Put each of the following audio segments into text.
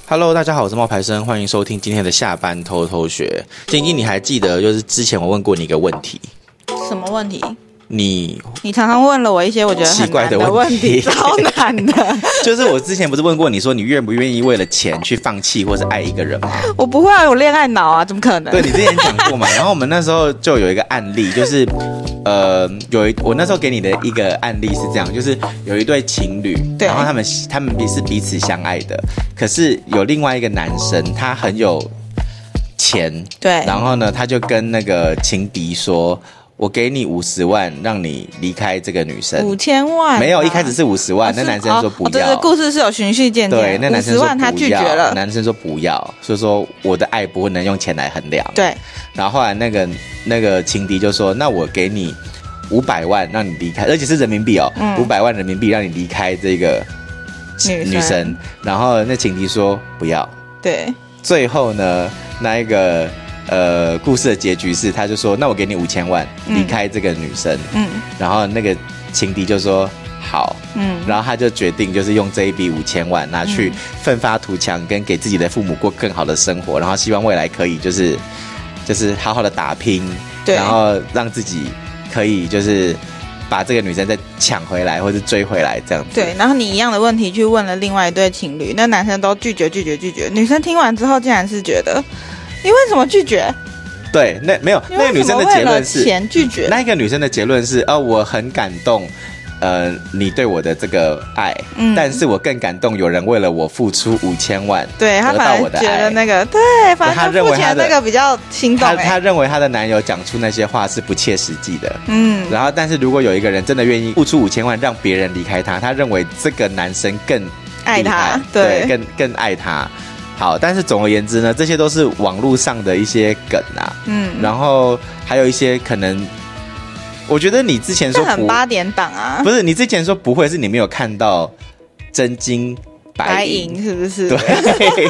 Hello， 大家好，我是冒牌生，欢迎收听今天的下班偷偷学。晶晶，你还记得就是之前我问过你一个问题？ 什么问题？ 你常常问了我一些我觉得很难的问题，超难的。 就是我之前不是问过你说，你愿不愿意为了钱去放弃或是爱一个人吗？ 我不会有恋爱脑啊，怎么可能？ 对，你之前讲过嘛。然后我们那时候就有一个案例，就是我那时候给你的一个案例是这样，就是有一对情侣，然后他们是彼此相爱的，可是有另外一个男生，他很有钱， 对， 然后呢，他就跟那个情敌说，我给你50万，让你离开这个女生。 5000万？ 没有，一开始是50万，那男生说不要。 对，故事是有循序渐进。 对，那男生说 50万他拒绝了， 男生说不要，所以说我的爱不能用钱来衡量。 对， 然后后来那个情敌就说，那我给你500万，让你离开，而且是人民币哦，500万人民币让你离开这个女生。然后那情敌说不要。 对， 最后呢，那一个故事的结局是，他就说，那我给你5000万，离开这个女生。然后那个情敌就说好。然后他就决定就是用这一笔5000万拿去奋发图强，跟给自己的父母过更好的生活，然后希望未来可以就是好好的打拼，然后让自己可以就是把这个女生再抢回来或是追回来这样子。 对，然后你一样的问题去问了另外一对情侣，那男生都拒绝。女生听完之后竟然是觉得，你为什么拒绝？ 对，没有，那个女生的结论是钱拒绝。 那个女生的结论是，我很感动，你对我的这个爱，但是我更感动有人为了我付出5000万， 对，他反而觉得那个，对，反正他付钱那个比较心动。 他认为他的男友讲出那些话是不切实际的，然后但是如果有一个人真的愿意付出5000万让别人离开他，他认为这个男生更爱他， 对，更爱他。好，但是总而言之呢，这些都是网络上的一些梗啊，然后还有一些可能，我觉得你之前说很8点档啊， 不是你之前说不会，是你没有看到真金白银， 是不是？ 对，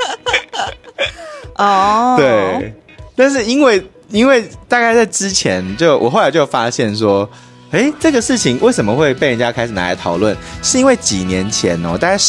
哦， 对，但是因为大概在之前我后来就发现说，这个事情为什么会被人家开始拿来讨论？是因为几年前哦，大概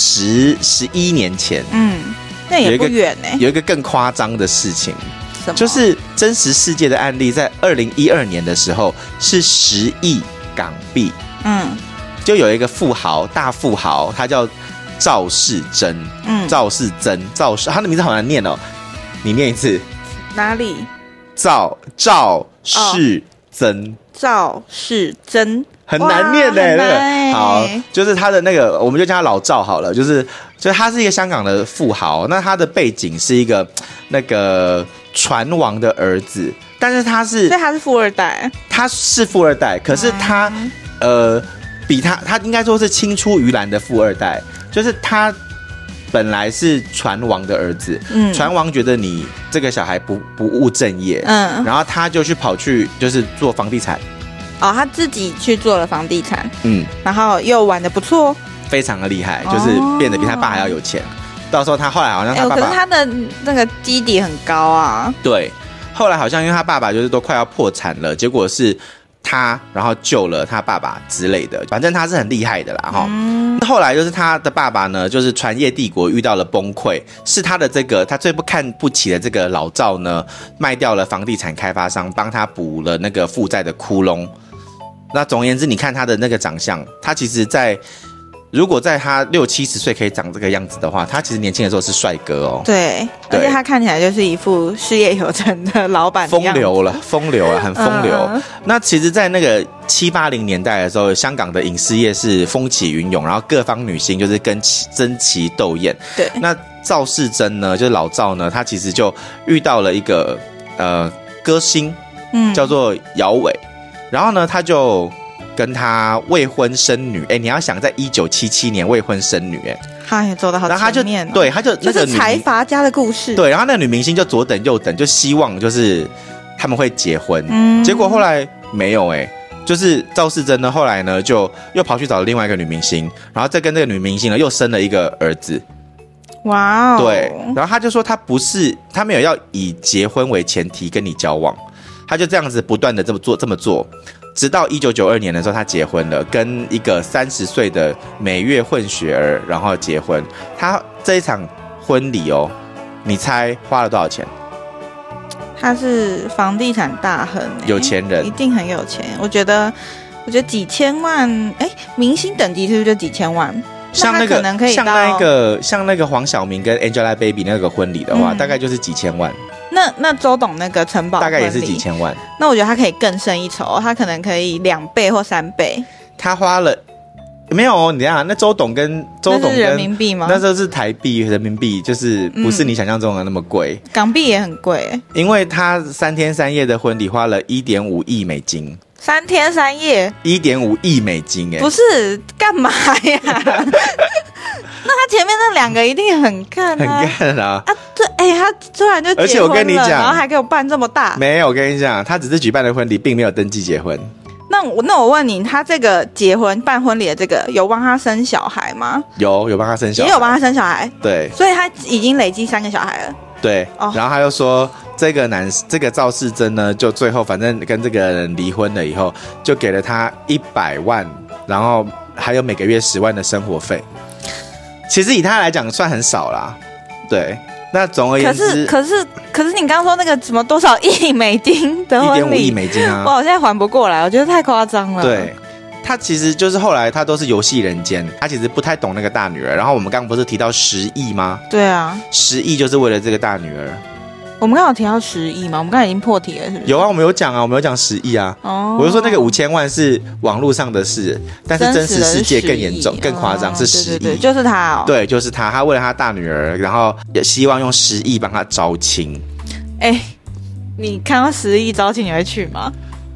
11年前， 那也不远呢。 有一个更夸张的事情，就是真实世界的案例，在2012年的时候是10亿港币。就有一个大富豪，他叫赵世珍。赵世珍，他的名字好难念哦，你念一次。 哪里？ 赵世珍。 赵世珍。 很难念的，好，就是他的那个，我们就叫他老赵好了。就是他是一个香港的富豪，那他的背景是一个那个船王的儿子，但是所以他是富二代。 他是富二代，可是他比他应该说是青出于蓝的富二代，就是他本来是船王的儿子，船王觉得你这个小孩不务正业，然后他就跑去就是做房地产。 他自己去做了房地产，然后又玩得不错， 非常的厉害，就是变得比他爸还要有钱。到时候他后来好像他爸爸， 可是他的那个基底很高啊。 对，后来好像因为他爸爸就是都快要破产了，结果是他然后救了他爸爸之类的，反正他是很厉害的啦哈。后来就是他的爸爸呢，就是船业帝国遇到了崩溃，是他的他最不看不起的这个老赵呢，卖掉了房地产开发商，帮他补了那个负债的窟窿。那总而言之，你看他的那个长相，他其实如果在他60、70岁可以长这个样子的话，他其实年轻的时候是帅哥哦。 对，而且他看起来就是一副事业有成的老板的样子， 风流了，很风流。那其实，在那个70、80年代的时候，香港的影视业是风起云涌，然后各方女星就是争奇斗艳。 对， 那赵世珍呢，就是老赵呢，他其实就遇到了一个歌星，叫做姚伟。然后呢，他就跟他未婚生女，你要想在1977年未婚生女， 他也做得好前面， 对，他就那个就是财阀家的故事， 对，然后那个女明星就左等右等，就希望就是他们会结婚，结果后来没有，就是赵世珍呢，后来呢就又跑去找另外一个女明星，然后再跟这个女明星呢又生了一个儿子。 哇哦， 对，然后他就说他没有要以结婚为前提跟你交往。他就这样子不断的这么做，直到1992年的时候，他结婚了，跟一个30岁的美越混血儿，然后结婚。他这一场婚礼哦，你猜花了多少钱？ 他是房地产大亨、 有钱人， 一定很有钱。我觉得几千万，明星等级是不是就几千万？ 像那个可能可以到像那个黄晓明跟 Angelababy 那个婚礼的话，大概就是几千万。 那周董那个城堡大概也是几千万。 那我觉得他可以更胜一筹，他可能可以2倍或3倍。 他花了没有哦？你等一下，那周董跟那是人民币吗？ 那时候是台币，人民币就是不是你想象中的那么贵。 港币也很贵，因为他3天3夜的婚礼花了1.5亿美金。 3天3夜 1.5亿美金， 不是干嘛呀？那他前面那2个一定很看啊， 很看啊！ 对，他突然就结婚了， 而且我跟你讲， 然后还给我办这么大。 没有，我跟你讲，他只是举办了婚礼，并没有登记结婚。 那我问你，他这个结婚办婚礼的这个有帮他生小孩吗？ 有帮他生小孩， 也有帮他生小孩。 对， 所以他已经累积3个小孩了。 对，然后他又说，这个赵世珍呢，就最后反正跟这个人离婚了以后，就给了他100万，然后还有每个月10万的生活费。其实以他来讲算很少啦，对。那总而言之， 可是你刚刚说那个什么多少亿美金的婚礼，1.5 亿美金啊！ 哇，我现在还不过来，我觉得太夸张了。 对。他其实就是后来他都是游戏人间，他其实不太懂那个大女儿。然后我们刚刚不是提到10亿吗？ 对啊 ，10亿就是为了这个大女儿。 我们刚刚有提到10亿吗？我们刚才已经破题了，是不是？ 有啊，我们有讲啊，我们有讲10亿啊。哦，我就说那个5000万是网络上的事，但是真实世界更严重、更夸张，是10亿。 对，就是他哦。 对，就是他，他为了他大女儿，然后也希望用10亿帮他招亲。 你看到10亿招亲，你会去吗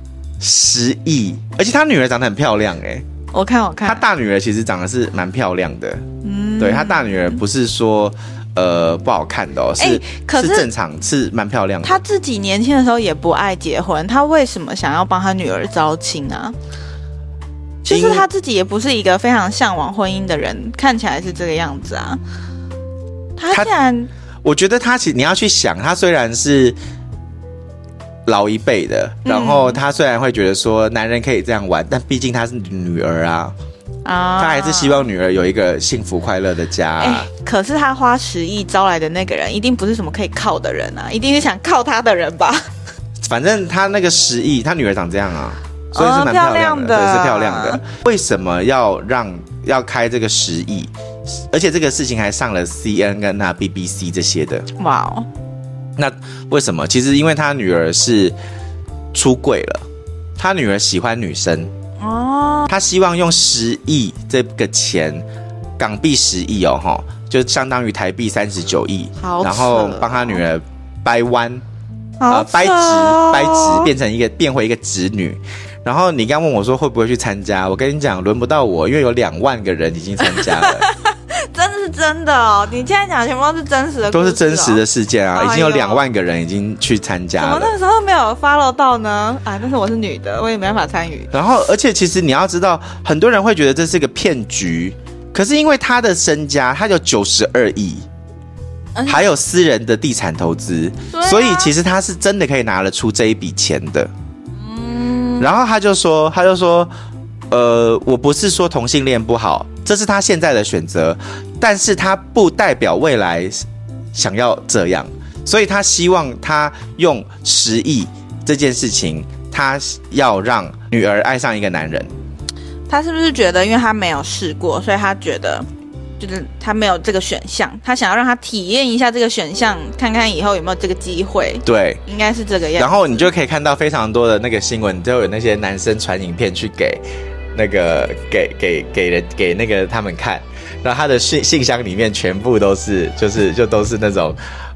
？10亿，而且他女儿长得很漂亮我看， 他大女儿其实长得是蛮漂亮的。对，他大女儿不是说不好看的哦，是正常，是蛮漂亮的。 他自己年轻的时候也不爱结婚，他为什么想要帮他女儿招亲啊？就是他自己也不是一个非常向往婚姻的人，看起来是这个样子啊。他竟然， 我觉得他其实你要去想，他虽然是老一辈的，然后他虽然会觉得说男人可以这样玩，但毕竟他是女儿啊。他还是希望女儿有一个幸福快乐的家。 可是他花10亿招来的那个人，一定不是什么可以靠的人啊，一定是想靠他的人吧？ 反正他那个10亿，他女儿长这样啊，所以是蛮漂亮的，对，是漂亮的。为什么要开这个10亿？而且这个事情还上了 CNN 跟BBC 这些的。 哇哦！ 那为什么？其实因为他女儿是出柜了，他女儿喜欢女生。他希望用10亿这个钱，港币10亿哦，就相当于台币39亿，然后帮他女儿掰弯，掰直，变回一个直女。然后你刚问我说会不会去参加，我跟你讲，轮不到我，因为有2万个人已经参加了。 真的是真的哦！你现在讲的全部都是真实的故事都是真实的事件啊！已经有2万个人已经去参加了。 怎么那个时候没有 follow 到呢？但是我是女的，我也没办法参与。 然后，而且其实你要知道，很多人会觉得这是个骗局，可是因为他的身家，他有92亿，还有私人的地产投资，所以其实他是真的可以拿得出这一笔钱的。然后他就说，我不是说同性恋不好，这是他现在的选择，但是他不代表未来想要这样，所以他希望他用10亿这件事情，他要让女儿爱上一个男人。 他是不是觉得，因为他没有试过，所以他觉得就是他没有这个选项，他想要让他体验一下这个选项，看看以后有没有这个机会。 对， 应该是这个样子。 然后你就可以看到非常多的那个新闻，就有那些男生传影片去给那个给那个他们看，然后他的信箱里面全部都是就都是那种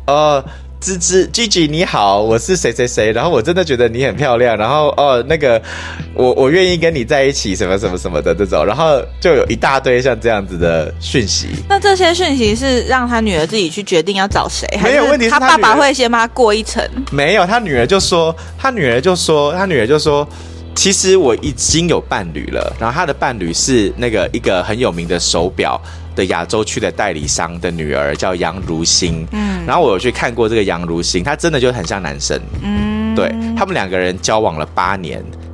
Gigi 你好，我是谁谁谁，然后我真的觉得你很漂亮，然后那个我愿意跟你在一起什么什么什么的这种，然后就有一大堆像这样子的讯息。 那这些讯息是让他女儿自己去决定要找谁， 没有问题是他爸爸会先帮他过一层？ 没有，他女儿就说其实我已经有伴侣了，然后他的伴侣是一个很有名的手表的亚洲区的代理商的女儿，叫杨如新。然后我有去看过这个杨如新，她真的就很像男生。对，他们2个人交往了8年，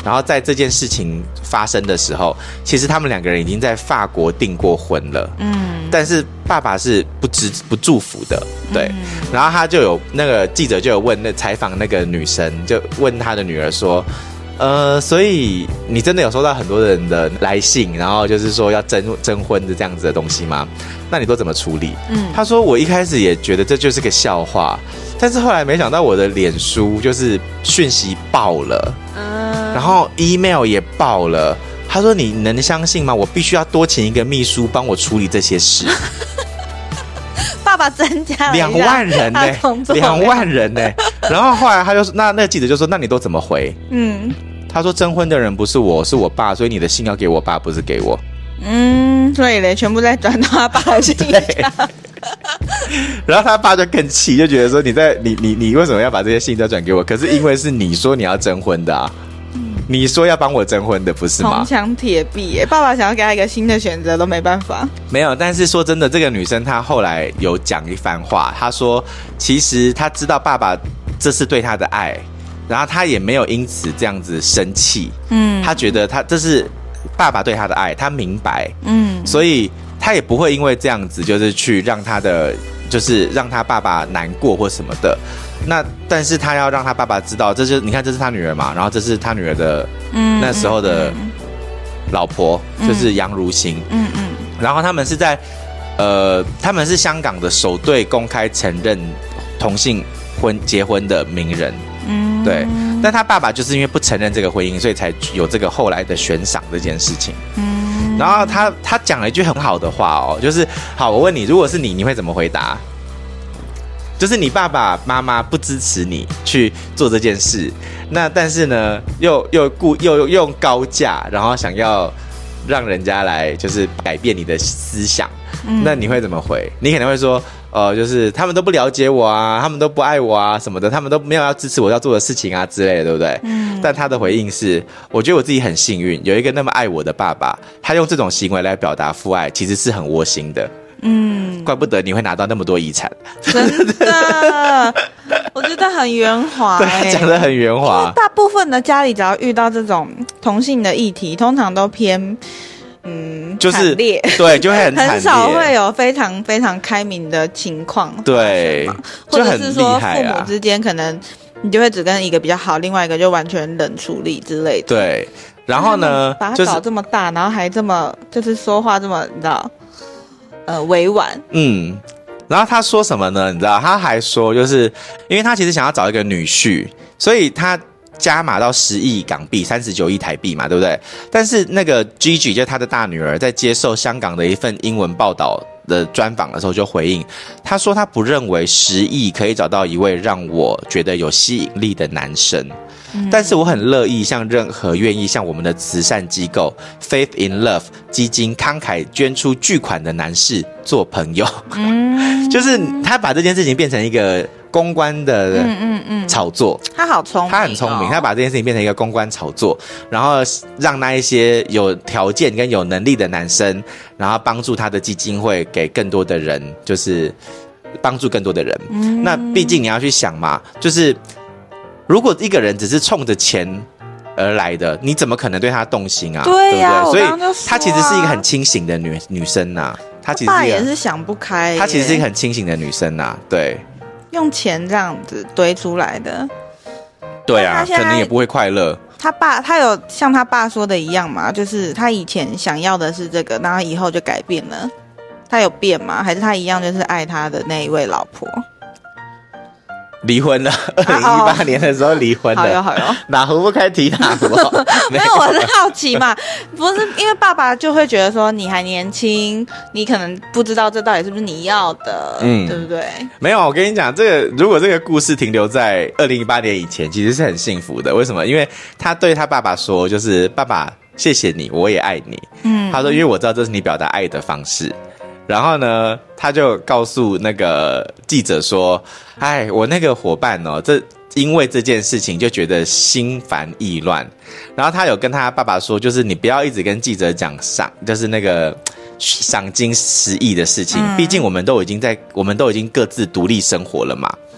然后在这件事情发生的时候，其实他们2个人已经在法国订过婚了，但是爸爸是不祝福的，对，然后他就有那个记者就有问采访那个女生，就问他的女儿说，所以你真的有收到很多人的来信，然后就是说要征婚的这样子的东西吗？那你都怎么处理？他说我一开始也觉得这就是个笑话，但是后来没想到我的脸书就是讯息爆了，然后 email 也爆了。他说你能相信吗？我必须要多请一个秘书帮我处理这些事。 爸爸增加了 2万人呢，2万人呢。然后后来他就那个记者就说，那你都怎么回？他说征婚的人不是我，是我爸，所以你的信要给我爸，不是给我。所以嘞，全部再转到他爸的信上。然后他爸就更气，就觉得说你为什么要把这些信再转给我？可是因为是你说你要征婚的啊，你说要帮我征婚的不是吗？铜墙铁壁耶，爸爸想要给他一个新的选择都没办法。 没有，但是说真的，这个女生她后来有讲一番话，她说其实她知道爸爸这是对她的爱，然后她也没有因此这样子生气。她觉得这是爸爸对她的爱，她明白。所以她也不会因为这样子就是去让她爸爸难过或什么的。那但是他要让他爸爸知道，你看这是他女儿嘛，然后这是他女儿的那时候的老婆，就是杨如新。然后他们是在他们是香港的首对公开承认同性结婚的名人。对，但他爸爸就是因为不承认这个婚姻，所以才有这个后来的悬赏这件事情。然后他讲了一句很好的话哦，就是好，我问你，如果是你会怎么回答？就是你爸爸妈妈不支持你去做这件事，那但是呢，又用高价，然后想要让人家来就是改变你的思想，那你会怎么回？你可能会说，就是他们都不了解我啊，他们都不爱我啊什么的，他们都没有要支持我要做的事情啊之类的，对不对？但他的回应是，我觉得我自己很幸运，有一个那么爱我的爸爸，他用这种行为来表达父爱，其实是很窝心的。怪不得你会拿到那么多遗产， 真的，我觉得很圆滑。 对，他讲得很圆滑。 大部分的家里只要遇到这种同性的议题，通常都偏就是惨烈， 对，就会很惨烈， 很少会有非常非常开明的情况。 对， 或者是说父母之间可能你就会只跟一个比较好，另外一个就完全冷处理之类的。 对，然后呢， 把他搞这么大，然后还这么就是说话这么你知道。委婉。 然后他说什么呢？你知道，他还说，就是因为他其实想要找一个女婿，所以他加码到10亿港币，39亿台币嘛，对不对？但是那个 Gigi 就是他的大女儿，在接受香港的一份英文报道的专访的时候就回应，他说他不认为10亿可以找到一位让我觉得有吸引力的男生。但是我很乐意向任何愿意向我们的慈善机构 Faith in Love 基金慷慨捐出巨款的男士做朋友。就是他把这件事情变成一个公关的炒作。 他好聪明， 他很聪明，他把这件事情变成一个公关炒作，然后让那一些有条件跟有能力的男生，然后帮助他的基金会给更多的人，就是帮助更多的人。那毕竟你要去想嘛，就是如果一个人只是冲着钱而来的，你怎么可能对他动心啊？ 对呀， 对不对？所以她其实是一个很清醒的女生呐。她其实爸也是想不开， 她其实是一个很清醒的女生呐。对， 用钱这样子堆出来的。 对啊，可能也不会快乐。 他有像他爸说的一样嘛，就是他以前想要的是这个，然后以后就改变了。他有变吗？还是他一样就是爱他的那一位老婆？ 离婚了，2018年的时候离婚了。 好哟， 哪壶不开提哪壶。 没有，我是好奇嘛，不是因为爸爸就会觉得说你还年轻，你可能不知道这到底是不是你要的，对不对？ 没有，我跟你讲，如果这个故事停留在2018年以前，其实是很幸福的。为什么？因为他对他爸爸说，就是爸爸，谢谢你，我也爱你。他说，因为我知道这是你表达爱的方式。然后呢，他就告诉那个记者说：“哎，我那个伙伴哦，因为这件事情就觉得心烦意乱。然后他有跟他爸爸说，就是你不要一直跟记者讲就是那个赏金10亿的事情，毕竟我们都已经各自独立生活了嘛。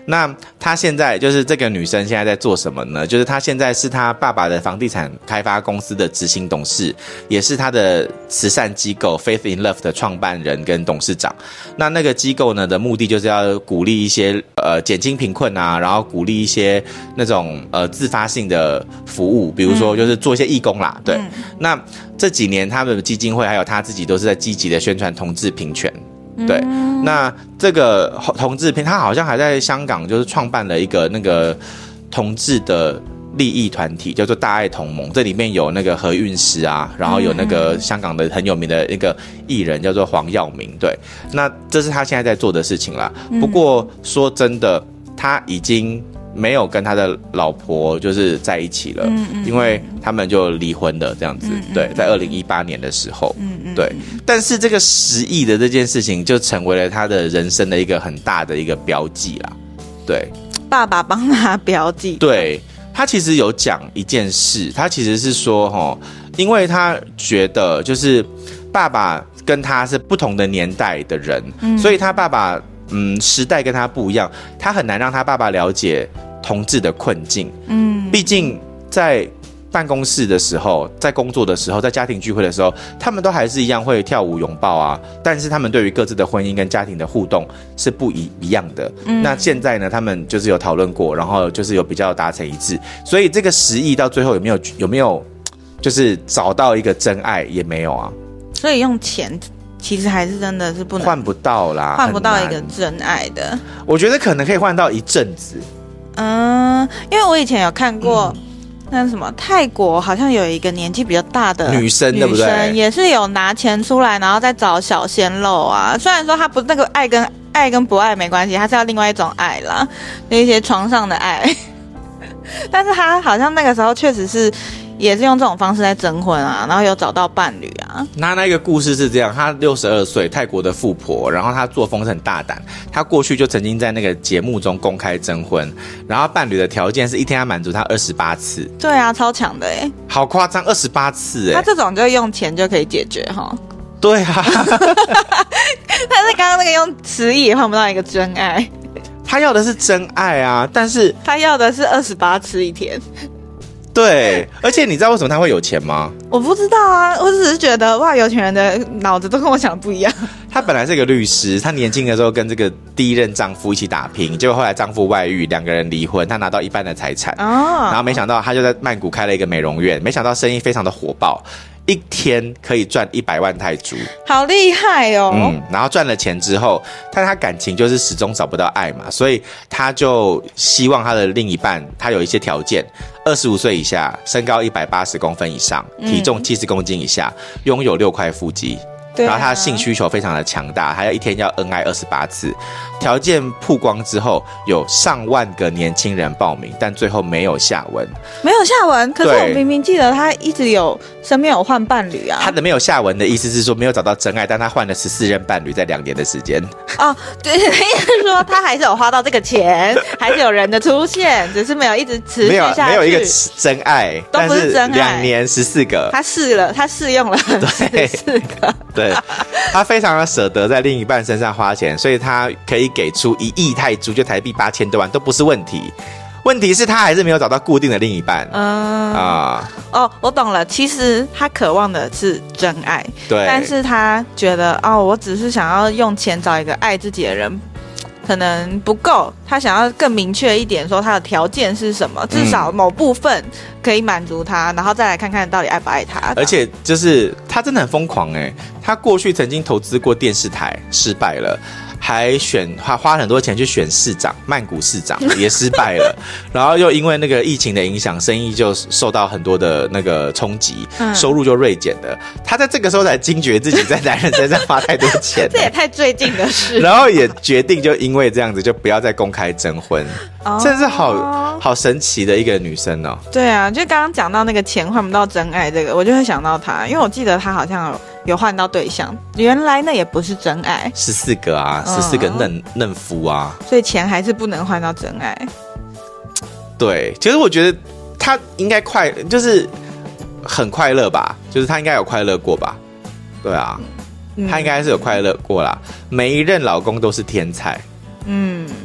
那她现在就是这个女生现在在做什么呢？就是她现在是她爸爸的房地产开发公司的执行董事，也是她的慈善机构 Faith in Love 的创办人跟董事长。那个机构呢的目的就是要鼓励一些减轻贫困啊，然后鼓励一些那种自发性的服务，比如说就是做一些义工啦。对，那这几年他们的基金会还有他自己都是在积极的宣传同志平权。对，那这个同志他好像还在香港就是创办了一个那个同志的利益团体，叫做大爱同盟。这里面有那个何韵诗啊，然后有那个香港的很有名的一个艺人叫做黄耀明。对，那这是他现在在做的事情啦。不过说真的，他已经没有跟他的老婆就是在一起了，因为他们就离婚了这样子。对，在2018年的时候。对，但是这个10亿的这件事情就成为了他的人生的一个很大的一个标记啦。对， 爸爸帮他标记。 对，他其实有讲一件事，他其实是说因为他觉得就是爸爸跟他是不同的年代的人，所以他爸爸时代跟他不一样，他很难让他爸爸了解同志的困境。毕竟在办公室的时候，在工作的时候，在家庭聚会的时候，他们都还是一样会跳舞拥抱啊，但是他们对于各自的婚姻跟家庭的互动是不一样的。那现在呢，他们就是有讨论过，然后就是有比较达成一致，所以这个10亿到最后有没有就是找到一个真爱也没有啊。 所以用钱其实还是真的是不能换不到啦， 换不到一个真爱的。 我觉得可能可以换到一阵子。 因为我以前有看过。那什么，泰国好像有一个年纪比较大的女生，对不对？ 也是有拿钱出来，然后再找小鲜肉啊。虽然说他不是那个爱跟不爱没关系，他是要另外一种爱啦，有一些床上的爱。但是他好像那个时候确实是也是用这种方式在征婚啊，然后有找到伴侣啊。那个故事是这样，他62岁，泰国的富婆，然后他作风是很大胆，他过去就曾经在那个节目中公开征婚，然后伴侣的条件是一天要满足他28次。 对啊，超强的耶， 好夸张，28次耶。 他这种就用钱就可以解决齁。 对啊。 但是刚刚那个用10亿也换不到一个真爱。 他要的是真爱啊，但是他要的是28次一天。 对，而且你知道为什么他会有钱吗？ 我不知道啊，我只是觉得哇，有钱人的脑子都跟我想的不一样。 他本来是个律师，他年轻的时候跟这个第一任丈夫一起打拼，结果后来丈夫外遇，2个人离婚，他拿到一半的财产。然后没想到他就在曼谷开了一个美容院，没想到生意非常的火爆。一天可以赚100万泰铢，好厉害哦！ 然后赚了钱之后，但他感情就是始终找不到爱嘛，所以他就希望他的另一半，他有一些条件：25岁以下，身高180公分以上，体重70公斤以下，拥有6块腹肌。然后他的性需求非常的强大，还要一天要恩爱28次。条件曝光之后，有上万个年轻人报名，但最后没有下文。 没有下文？可是我明明记得他一直身边有换伴侣啊。 他的没有下文的意思是说没有找到真爱，但他换了14任伴侣在2年的时间。 对，意思是说他还是有花到这个钱，还是有人的出现，只是没有一直持续下去。 没有一个真爱， 都不是真爱。 2年14个， 他试用了14个。 对，他非常的舍得在另一半身上花钱，所以他可以给出1亿泰铢，就台币8000多万都不是问题。问题是他还是没有找到固定的另一半。 我懂了，其实他渴望的是真爱， 对， 但是他觉得我只是想要用钱找一个爱自己的人。可能不够，他想要更明确一点，说他的条件是什么，至少某部分可以满足他，然后再来看看到底爱不爱他。 而且就是他真的很疯狂耶，他过去曾经投资过电视台，失败了。还花很多钱去选市长，曼谷市长也失败了，然后又因为那个疫情的影响，生意就受到很多的那个冲击，收入就锐减的。他在这个时候才惊觉自己在男人身上花太多钱， 这也太最近的事。 然后也决定就因为这样子，就不要再公开征婚。真是好神奇的一个女生哦。 对啊，就刚刚讲到那个钱换不到真爱这个，我就会想到她，因为我记得她好像有换到对象，原来那也不是真爱 ，14个啊，14个嫩夫啊， 所以钱还是不能换到真爱。 对，其实我觉得她应该就是很快乐吧，就是她应该有快乐过吧，对啊，她应该是有快乐过啦，每一任老公都是天才，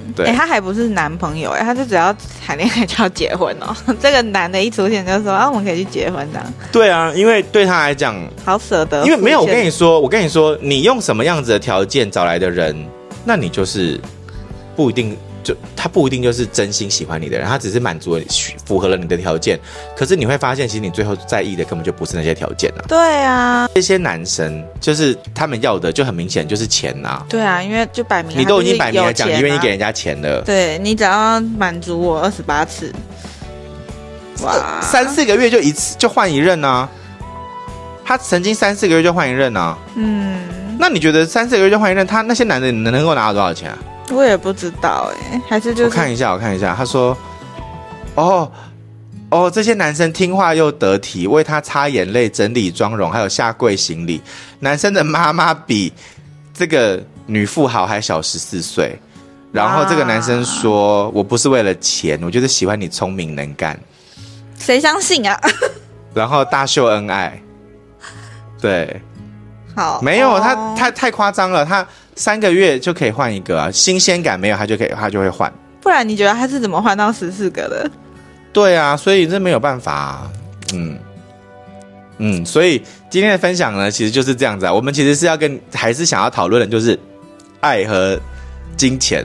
对， 他还不是男朋友他就只要谈恋爱就要结婚哦。这个男的一出现就说我们可以去结婚的。 对啊，因为对他来讲好舍得， 因为没有我跟你说，你用什么样子的条件找来的人，那你就是不一定。他不一定就是真心喜欢你的人，他只是满足符合了你的条件，可是你会发现其实你最后在意的根本就不是那些条件啊。 对啊， 这些男生就是他们要的就很明显就是钱啊。 对啊，因为就摆明你都已经摆明了讲你愿意给人家钱了， 对，你只要满足我28次， 哇，3-4个月就一次就换一任啊。他曾经3-4个月就换一任啊。那你觉得3-4个月就换一任，他那些男的能够拿到多少钱啊？ 我也不知道还是就是我看一下，他说，这些男生听话又得体，为他擦眼泪、整理妆容，还有下跪行礼。男生的妈妈比这个女富豪还小14岁，然后这个男生说：“我不是为了钱，我就是喜欢你聪明能干。” 谁相信啊？ 然后大秀恩爱，对， 好， 没有他太夸张了，他3个月就可以换一个啊，新鲜感没有他就会换。 不然你觉得他是怎么换到14个的？ 对啊，所以这没有办法啊。所以今天的分享呢，其实就是这样子啊。我们其实是还是想要讨论的就是爱和金钱。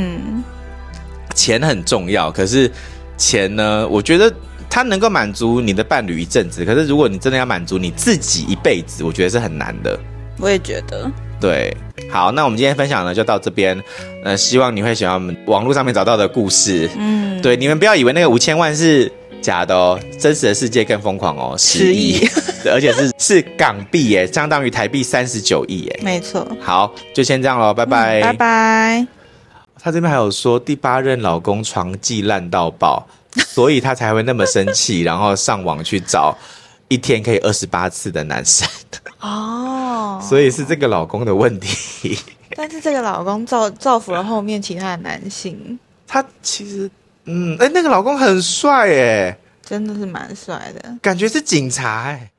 钱很重要，可是钱呢，我觉得它能够满足你的伴侣一阵子，可是如果你真的要满足你自己一辈子，我觉得是很难的。 我也觉得。 对，好，那我们今天分享呢就到这边。希望你会喜欢我们网络上面找到的故事。对，你们不要以为那个5000万是假的哦，真实的世界更疯狂哦，10亿，而且是港币耶，相当于台币39亿耶。 没错。 好，就先这样咯，拜拜。 拜拜。 他这边还有说第8任老公床技烂到爆，所以他才会那么生气，然后上网去找一天可以28次的男生。所以是这个老公的问题。 但是这个老公造福了后面其他的男性。 他其实那个老公很帅耶， 真的是蛮帅的， 感觉是警察耶。